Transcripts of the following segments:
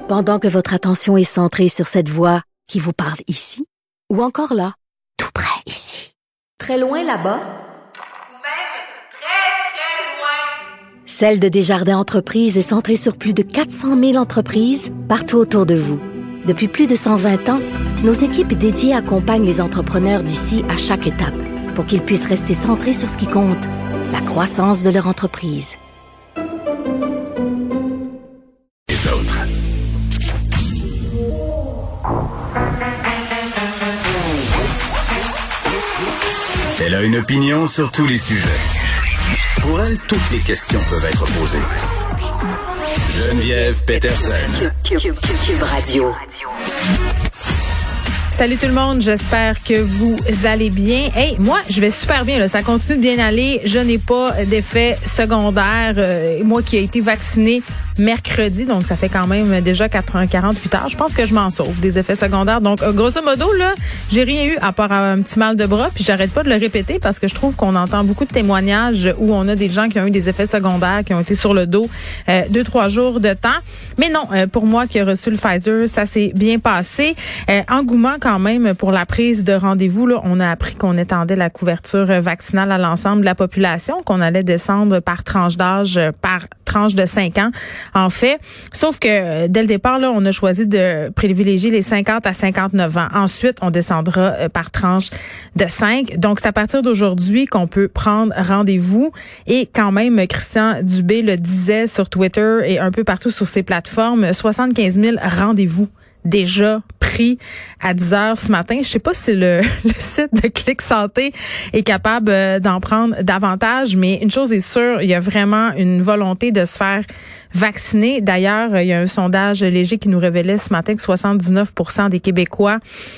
Pendant que votre attention est centrée sur cette voix qui vous parle ici, ou encore là, tout près ici, très loin là-bas, ou même très, très loin. Celle de Desjardins Entreprises est centrée sur plus de 400 000 entreprises partout autour de vous. Depuis plus de 120 ans, nos équipes dédiées accompagnent les entrepreneurs d'ici à chaque étape pour qu'ils puissent rester centrés sur ce qui compte, la croissance de leur entreprise. Les autres. Elle a une opinion sur tous les sujets. Pour elle, toutes les questions peuvent être posées. Geneviève Peterson. Cube Radio. Salut tout le monde, j'espère que vous allez bien. Hey, moi, je vais super bien, là. Ça continue de bien aller. Je n'ai pas d'effet secondaire. Moi qui ai été vaccinée mercredi, donc ça fait quand même déjà 48 heures. Je pense que je m'en sauve des effets secondaires. Donc, grosso modo, là, j'ai rien eu à part un petit mal de bras. Puis j'arrête pas de le répéter parce que je trouve qu'on entend beaucoup de témoignages où on a des gens qui ont eu des effets secondaires, qui ont été sur le dos 2-3 jours de temps. Mais non, pour moi qui ai reçu le Pfizer, ça s'est bien passé. Engouement quand même pour la prise de rendez-vous. Là, on a appris qu'on étendait la couverture vaccinale à l'ensemble de la population, qu'on allait descendre par tranche d'âge, par tranche de 5 ans. En fait, sauf que dès le départ, là, on a choisi de privilégier les 50 à 59 ans. Ensuite, on descendra par tranche de 5. Donc, c'est à partir d'aujourd'hui qu'on peut prendre rendez-vous. Et quand même, Christian Dubé le disait sur Twitter et un peu partout sur ses plateformes, 75 000 rendez-vous déjà pris à 10 heures ce matin. Je sais pas si le site de Clic Santé est capable d'en prendre davantage, mais une chose est sûre, il y a vraiment une volonté de se faire vacciner. D'ailleurs, il y a un sondage léger qui nous révélait ce matin que 79% des Québécois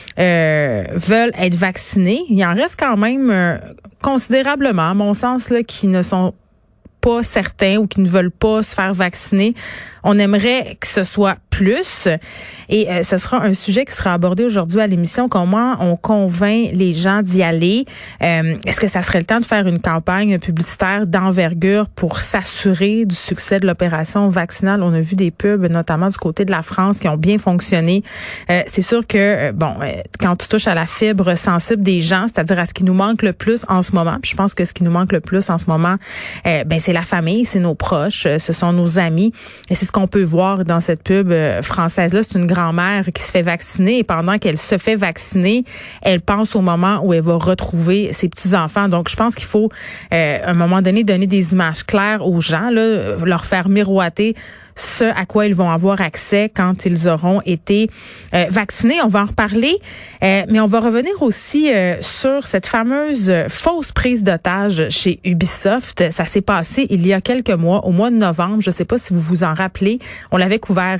veulent être vaccinés. Il en reste quand même considérablement, à mon sens, là, qui ne sont pas certains ou qui ne veulent pas se faire vacciner. On aimerait que ce soit plus. Et ce sera un sujet qui sera abordé aujourd'hui à l'émission. Comment on convainc les gens d'y aller? Est-ce que ça serait le temps de faire une campagne publicitaire d'envergure pour s'assurer du succès de l'opération vaccinale? On a vu des pubs, notamment du côté de la France, qui ont bien fonctionné. C'est sûr que, quand tu touches à la fibre sensible des gens, c'est-à-dire à ce qui nous manque le plus en ce moment, puis je pense que ce qui nous manque le plus en ce moment, c'est la famille, c'est nos proches, ce sont nos amis. Et c'est ce qu'on peut voir dans cette pub française-là. C'est une grand-mère qui se fait vacciner et pendant qu'elle se fait vacciner, elle pense au moment où elle va retrouver ses petits-enfants. Donc, je pense qu'il faut, à un moment donné, donner des images claires aux gens, là, leur faire miroiter ce à quoi ils vont avoir accès quand ils auront été vaccinés. On va en reparler, mais on va revenir aussi sur cette fameuse fausse prise d'otage chez Ubisoft. Ça s'est passé il y a quelques mois, au mois de novembre. Je ne sais pas si vous vous en rappelez. On avait couvert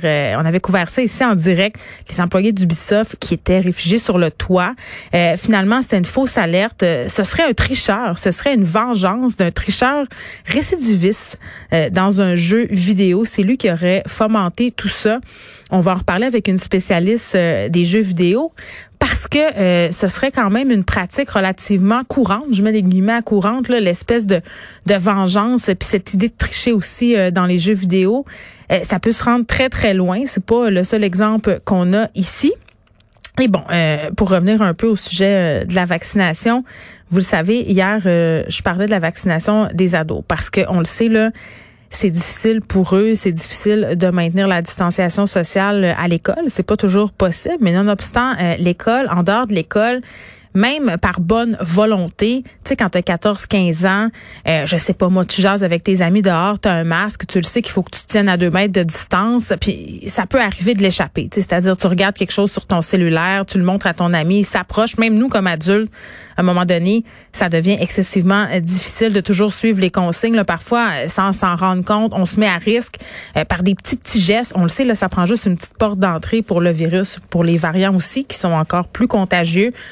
ça ici en direct. Les employés d'Ubisoft qui étaient réfugiés sur le toit. Finalement, c'était une fausse alerte. Ce serait un tricheur. Ce serait une vengeance d'un tricheur récidiviste dans un jeu vidéo. C'est lui qui aurait fomenté tout ça. On va en reparler avec une spécialiste des jeux vidéo parce que ce serait quand même une pratique relativement courante, je mets des guillemets à courante, là, l'espèce de vengeance puis cette idée de tricher aussi dans les jeux vidéo. Ça peut se rendre très, très loin. C'est pas le seul exemple qu'on a ici. Et bon, pour revenir un peu au sujet de la vaccination, vous le savez, hier, je parlais de la vaccination des ados parce que on le sait, là, c'est difficile pour eux, c'est difficile de maintenir la distanciation sociale à l'école. C'est pas toujours possible, mais nonobstant l'école, en dehors de l'école, même par bonne volonté, tu sais, quand tu as 14-15 ans, je sais pas, moi, tu jases avec tes amis dehors, tu as un masque, tu le sais qu'il faut que tu te tiennes à 2 mètres de distance, puis ça peut arriver de l'échapper. C'est-à-dire, tu regardes quelque chose sur ton cellulaire, tu le montres à ton ami, il s'approche. Même nous, comme adultes, à un moment donné, ça devient excessivement difficile de toujours suivre les consignes. Là, parfois, sans s'en rendre compte, on se met à risque par des petits gestes. On le sait, là, ça prend juste une petite porte d'entrée pour le virus, pour les variants aussi, qui sont encore plus contagieux.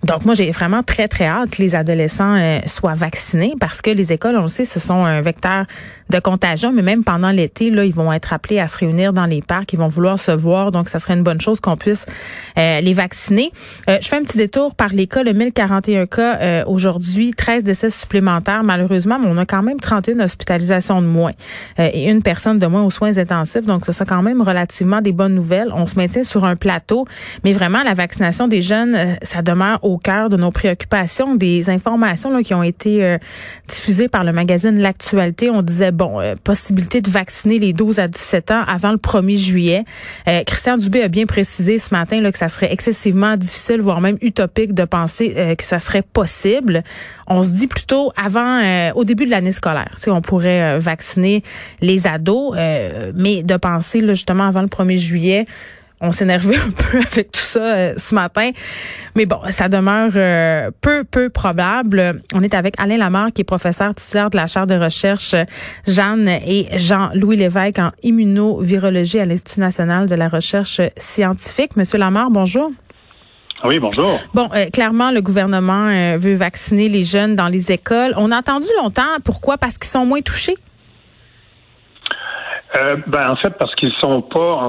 Donc, moi, j'ai vraiment très, très hâte que les adolescents soient vaccinés parce que les écoles, on le sait, ce sont un vecteur de contagion, mais même pendant l'été, là, ils vont être appelés à se réunir dans les parcs, ils vont vouloir se voir, donc ça serait une bonne chose qu'on puisse les vacciner. Je fais un petit détour par les cas, le 1041 cas aujourd'hui, 13 décès supplémentaires malheureusement, mais on a quand même 31 hospitalisations de moins et une personne de moins aux soins intensifs, donc ça quand même relativement des bonnes nouvelles. On se maintient sur un plateau, mais vraiment la vaccination des jeunes, ça demeure au cœur de nos préoccupations. Des informations là, qui ont été diffusées par le magazine L'Actualité, on disait possibilité de vacciner les 12 à 17 ans avant le 1er juillet. Christian Dubé a bien précisé ce matin là, que ça serait excessivement difficile, voire même utopique de penser que ça serait possible. On se dit plutôt au début de l'année scolaire. On pourrait vacciner les ados, mais de penser là, justement avant le 1er juillet, on s'énervait un peu avec tout ça ce matin. Mais bon, ça demeure peu probable. On est avec Alain Lamarre, qui est professeur titulaire de la chaire de recherche Jeanne et Jean-Louis Lévesque en immunovirologie à l'Institut national de la recherche scientifique. Monsieur Lamarre, bonjour. Oui, bonjour. Bon, clairement, le gouvernement veut vacciner les jeunes dans les écoles. On a entendu longtemps. Pourquoi? Parce qu'ils sont moins touchés? En fait, parce qu'ils n'ont pas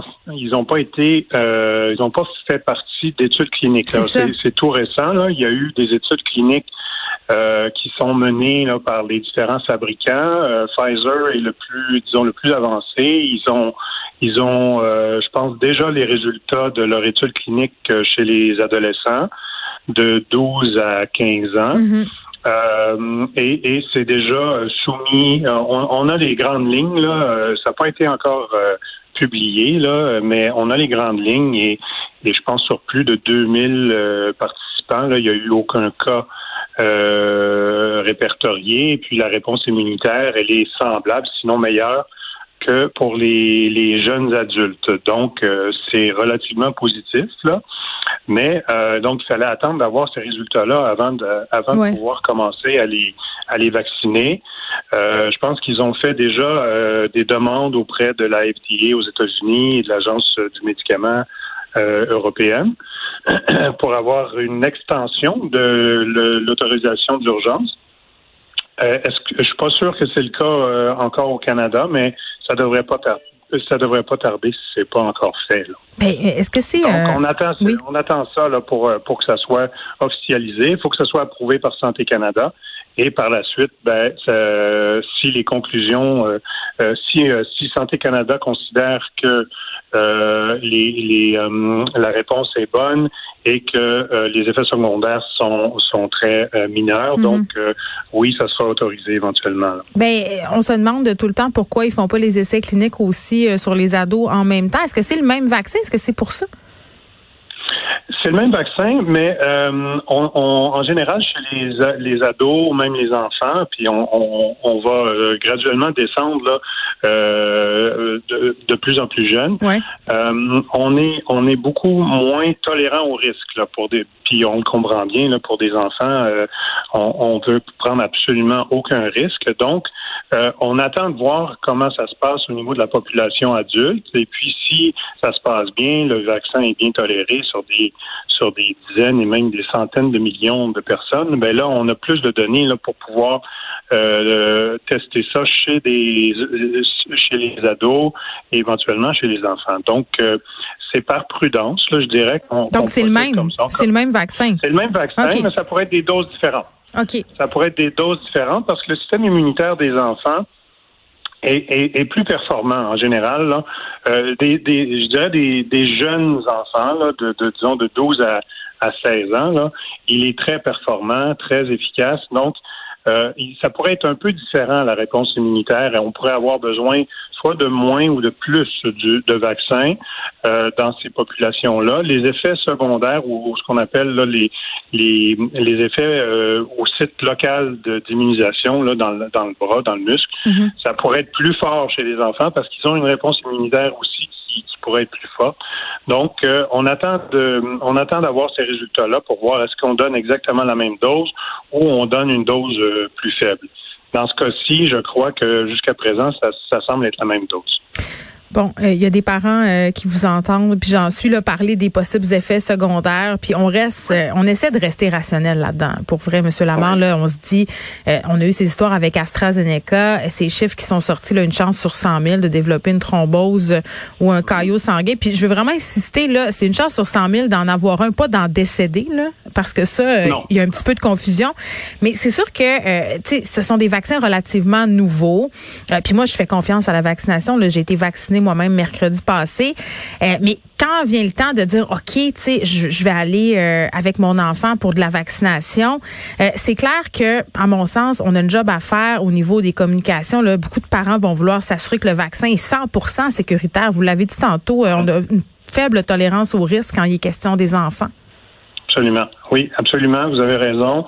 fait partie d'études cliniques. C'est tout récent. Là. Il y a eu des études cliniques qui sont menées là, par les différents fabricants. Pfizer est le plus avancé. Ils ont, je pense, déjà les résultats de leur étude clinique chez les adolescents de 12 à 15 ans. Mm-hmm. Et c'est déjà soumis. On a les grandes lignes là. Ça n'a pas été encore publié là, mais on a les grandes lignes et je pense sur plus de 2000 participants là, il n'y a eu aucun cas répertorié. Et puis la réponse immunitaire, elle est semblable, sinon meilleure que pour les jeunes adultes. Donc c'est relativement positif là. Mais donc, il fallait attendre d'avoir ces résultats-là avant de pouvoir commencer à les vacciner. Je pense qu'ils ont fait déjà des demandes auprès de la FDA aux États-Unis et de l'Agence du médicament européenne pour avoir une extension de l'autorisation de l'urgence. Je suis pas sûr que c'est le cas encore au Canada, mais ça devrait pas tarder si c'est pas encore fait. Là. Mais est-ce que c'est... Donc, on attend ça là, pour que ça soit officialisé. Il faut que ça soit approuvé par Santé Canada. Et par la suite, si les conclusions, si Santé Canada considère que la réponse est bonne et que les effets secondaires sont très mineurs, donc oui, ça sera autorisé éventuellement. Là. On se demande tout le temps pourquoi ils font pas les essais cliniques aussi sur les ados en même temps. Est-ce que c'est le même vaccin? Est-ce que c'est pour ça? C'est le même vaccin, mais en général, chez les ados, même les enfants, puis on va graduellement descendre là, de plus en plus jeune. Ouais. On est beaucoup moins tolérant au risque là, puis on le comprend bien là, pour des enfants, on veut prendre absolument aucun risque. Donc, on attend de voir comment ça se passe au niveau de la population adulte. Et puis, si ça se passe bien, le vaccin est bien toléré sur des dizaines et même des centaines de millions de personnes, là, on a plus de données là, pour pouvoir tester ça chez les ados et éventuellement chez les enfants. Donc, c'est par prudence, là, je dirais. Donc, c'est le même. C'est le même vaccin. C'est le même vaccin, okay. Mais ça pourrait être des doses différentes. OK. Ça pourrait être des doses différentes parce que le système immunitaire des enfants est plus performant en général. Là. Je dirais des jeunes enfants là, disons de 12 à 16 ans, là, il est très performant, très efficace. Donc, ça pourrait être un peu différent, la réponse immunitaire. Et on pourrait avoir besoin soit de moins ou de plus de vaccins dans ces populations-là. Les effets secondaires ou ce qu'on appelle là, les effets au site local d'immunisation là, dans le bras, dans le muscle, ça pourrait être plus fort chez les enfants parce qu'ils ont une réponse immunitaire aussi qui pourrait être plus forte. Donc, on attend d'avoir ces résultats-là pour voir est-ce qu'on donne exactement la même dose ou on donne une dose plus faible. Dans ce cas-ci, je crois que jusqu'à présent, ça semble être la même dose. Bon, il y a des parents qui vous entendent, puis j'en suis là parler des possibles effets secondaires, puis on essaie de rester rationnel là-dedans. Pour vrai, Monsieur Lamarre, là, on se dit, on a eu ces histoires avec AstraZeneca, ces chiffres qui sont sortis, là, une chance sur 100 000 de développer une thrombose ou un caillot sanguin. Puis je veux vraiment insister, là, c'est une chance sur 100 000 d'en avoir un, pas d'en décéder, là, parce que ça, il y a un petit peu de confusion. Mais c'est sûr que, tu sais, ce sont des vaccins relativement nouveaux. Puis moi, je fais confiance à la vaccination. Là, j'ai été vaccinée moi-même mercredi passé. Mais quand vient le temps de dire, OK, tu sais, je vais aller avec mon enfant pour de la vaccination, c'est clair que, à mon sens, on a une job à faire au niveau des communications. Là, beaucoup de parents vont vouloir s'assurer que le vaccin est 100% sécuritaire. Vous l'avez dit tantôt, on a une faible tolérance au risque quand il est question des enfants. Absolument. Oui, absolument. Vous avez raison.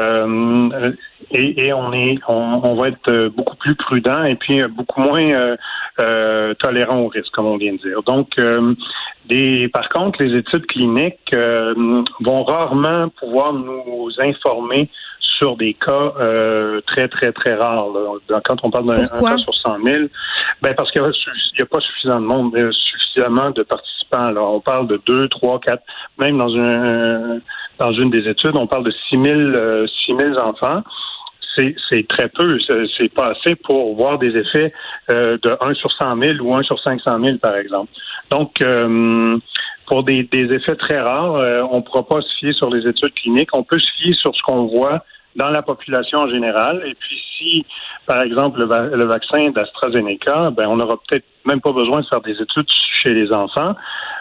Et on va être beaucoup plus prudent et puis beaucoup moins tolérant au risque, comme on vient de dire. Donc, par contre, les études cliniques vont rarement pouvoir nous informer sur des cas très, très, très rares. Là. Quand on parle d'un cas sur 100 000, parce qu'il n'y a pas suffisamment de monde, suffisamment de participants. Là. On parle de 2, 3, 4, même dans une des études, on parle de 6 000 enfants. C'est très peu. C'est pas assez pour voir des effets de 1 sur 100 000 ou 1 sur 500 000, par exemple. Donc, pour des effets très rares, on ne pourra pas se fier sur les études cliniques. On peut se fier sur ce qu'on voit dans la population en général. Et puis, si, par exemple, le vaccin d'AstraZeneca, on n'aura peut-être même pas besoin de faire des études chez les enfants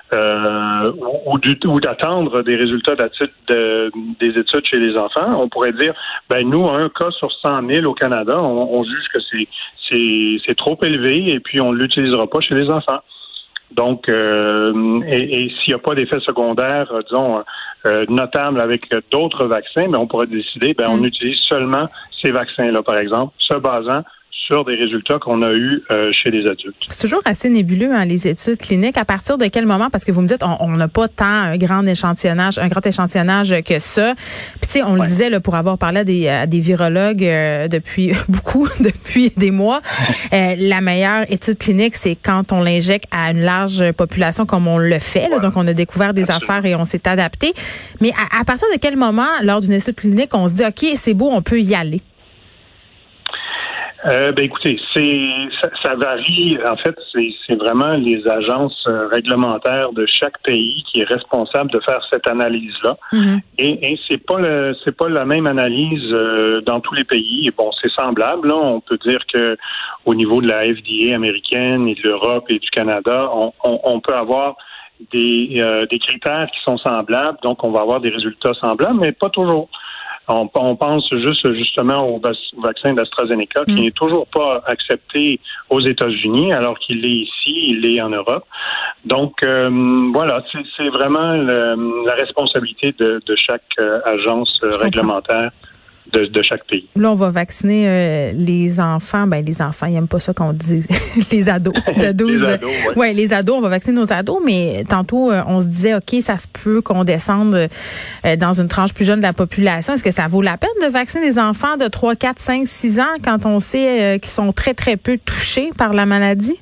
ou d'attendre des résultats des études chez les enfants. On pourrait dire, nous, un cas sur 100 000 au Canada, on juge que c'est trop élevé et puis on ne l'utilisera pas chez les enfants. Donc, et s'il n'y a pas d'effet secondaire, disons, notable avec d'autres vaccins, on pourrait décider, on utilise seulement ces vaccins-là, par exemple, se basant sur des résultats qu'on a eus chez les adultes. C'est toujours assez nébuleux, hein, les études cliniques. À partir de quel moment? Parce que vous me dites, on n'a pas tant un grand échantillonnage que ça. Puis tu sais, on le disait là, pour avoir parlé à des virologues depuis des mois. La meilleure étude clinique, c'est quand on l'injecte à une large population comme on le fait. Là, donc, on a découvert des affaires et on s'est adapté. Mais à partir de quel moment, lors d'une étude clinique, on se dit, OK, c'est beau, on peut y aller? Écoutez, ça varie. En fait, c'est vraiment les agences réglementaires de chaque pays qui est responsable de faire cette analyse-là. Mm-hmm. Et c'est pas la même analyse dans tous les pays. Bon, c'est semblable. Là, on peut dire que au niveau de la FDA américaine et de l'Europe et du Canada, on peut avoir des critères qui sont semblables. Donc, on va avoir des résultats semblables, mais pas toujours. On pense justement au vaccin d'AstraZeneca qui n'est toujours pas accepté aux États-Unis alors qu'il est ici, il est en Europe. Donc voilà, c'est vraiment la responsabilité de chaque agence réglementaire de chaque pays. Là, on va vacciner les enfants. Les enfants, ils n'aiment pas ça qu'on dise. Les ados de 12. Les ados, ouais, les ados, on va vacciner nos ados, mais tantôt, on se disait, OK, ça se peut qu'on descende dans une tranche plus jeune de la population. Est-ce que ça vaut la peine de vacciner des enfants de 3, 4, 5, 6 ans quand on sait qu'ils sont très, très peu touchés par la maladie?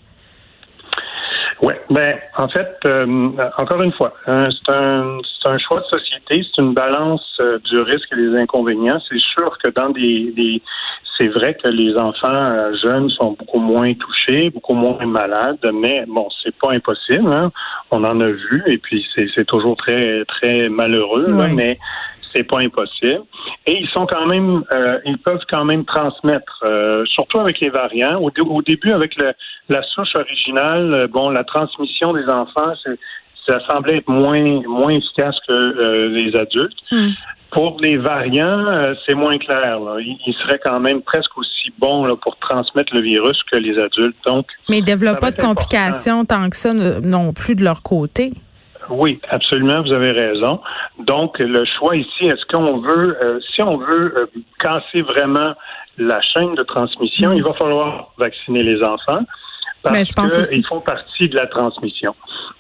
Oui, en fait, encore une fois, c'est un choix de société, c'est une balance du risque et des inconvénients. C'est sûr que dans c'est vrai que les enfants jeunes sont beaucoup moins touchés, beaucoup moins malades, mais bon, c'est pas impossible, hein. On en a vu, et puis c'est toujours très, très malheureux, là, mais c'est pas impossible. Et ils sont quand même, ils peuvent quand même transmettre, surtout avec les variants. Au début, avec la souche originale, la transmission des enfants, ça semblait être moins efficace que les adultes. Pour les variants, c'est moins clair. Là. Ils seraient quand même presque aussi bons là, pour transmettre le virus que les adultes. Donc, mais ils ne développent pas de complications tant que ça non plus de leur côté. Oui, absolument, vous avez raison. Donc, le choix ici, est-ce qu'on veut, si on veut casser vraiment la chaîne de transmission, il va falloir vacciner les enfants parce qu'ils font partie de la transmission.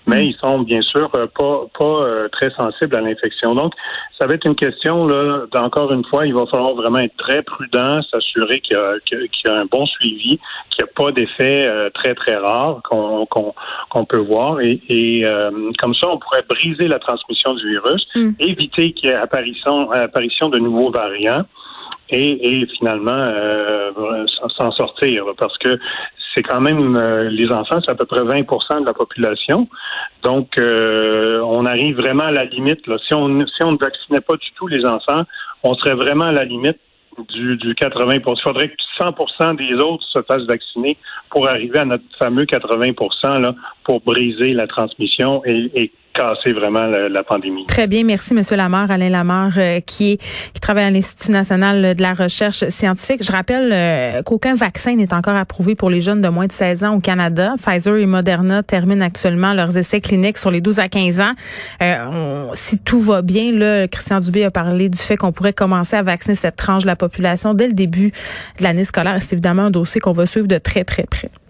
mais ils sont bien sûr pas très sensibles à l'infection. Donc, ça va être une question, là, encore une fois, il va falloir vraiment être très prudent, s'assurer qu'il y a un bon suivi, qu'il n'y a pas d'effets très, très rares qu'on peut voir. Et comme ça, on pourrait briser la transmission du virus, éviter qu'il y ait apparition de nouveaux variants et finalement s'en sortir. Parce que c'est quand même, les enfants, c'est à peu près 20% de la population. Donc, on arrive vraiment à la limite, là. Si on ne vaccinait pas du tout les enfants, on serait vraiment à la limite du 80%. Il faudrait que 100% des autres se fassent vacciner pour arriver à notre fameux 80%, là, pour briser la transmission et casser vraiment la pandémie. Très bien. Merci, M. Lamarre, Alain Lamarre, qui travaille à l'Institut national de la recherche scientifique. Je rappelle qu'aucun vaccin n'est encore approuvé pour les jeunes de moins de 16 ans au Canada. Pfizer et Moderna terminent actuellement leurs essais cliniques sur les 12 à 15 ans. Si tout va bien, là, Christian Dubé a parlé du fait qu'on pourrait commencer à vacciner cette tranche de la population dès le début de l'année scolaire. C'est évidemment un dossier qu'on va suivre de très, très près.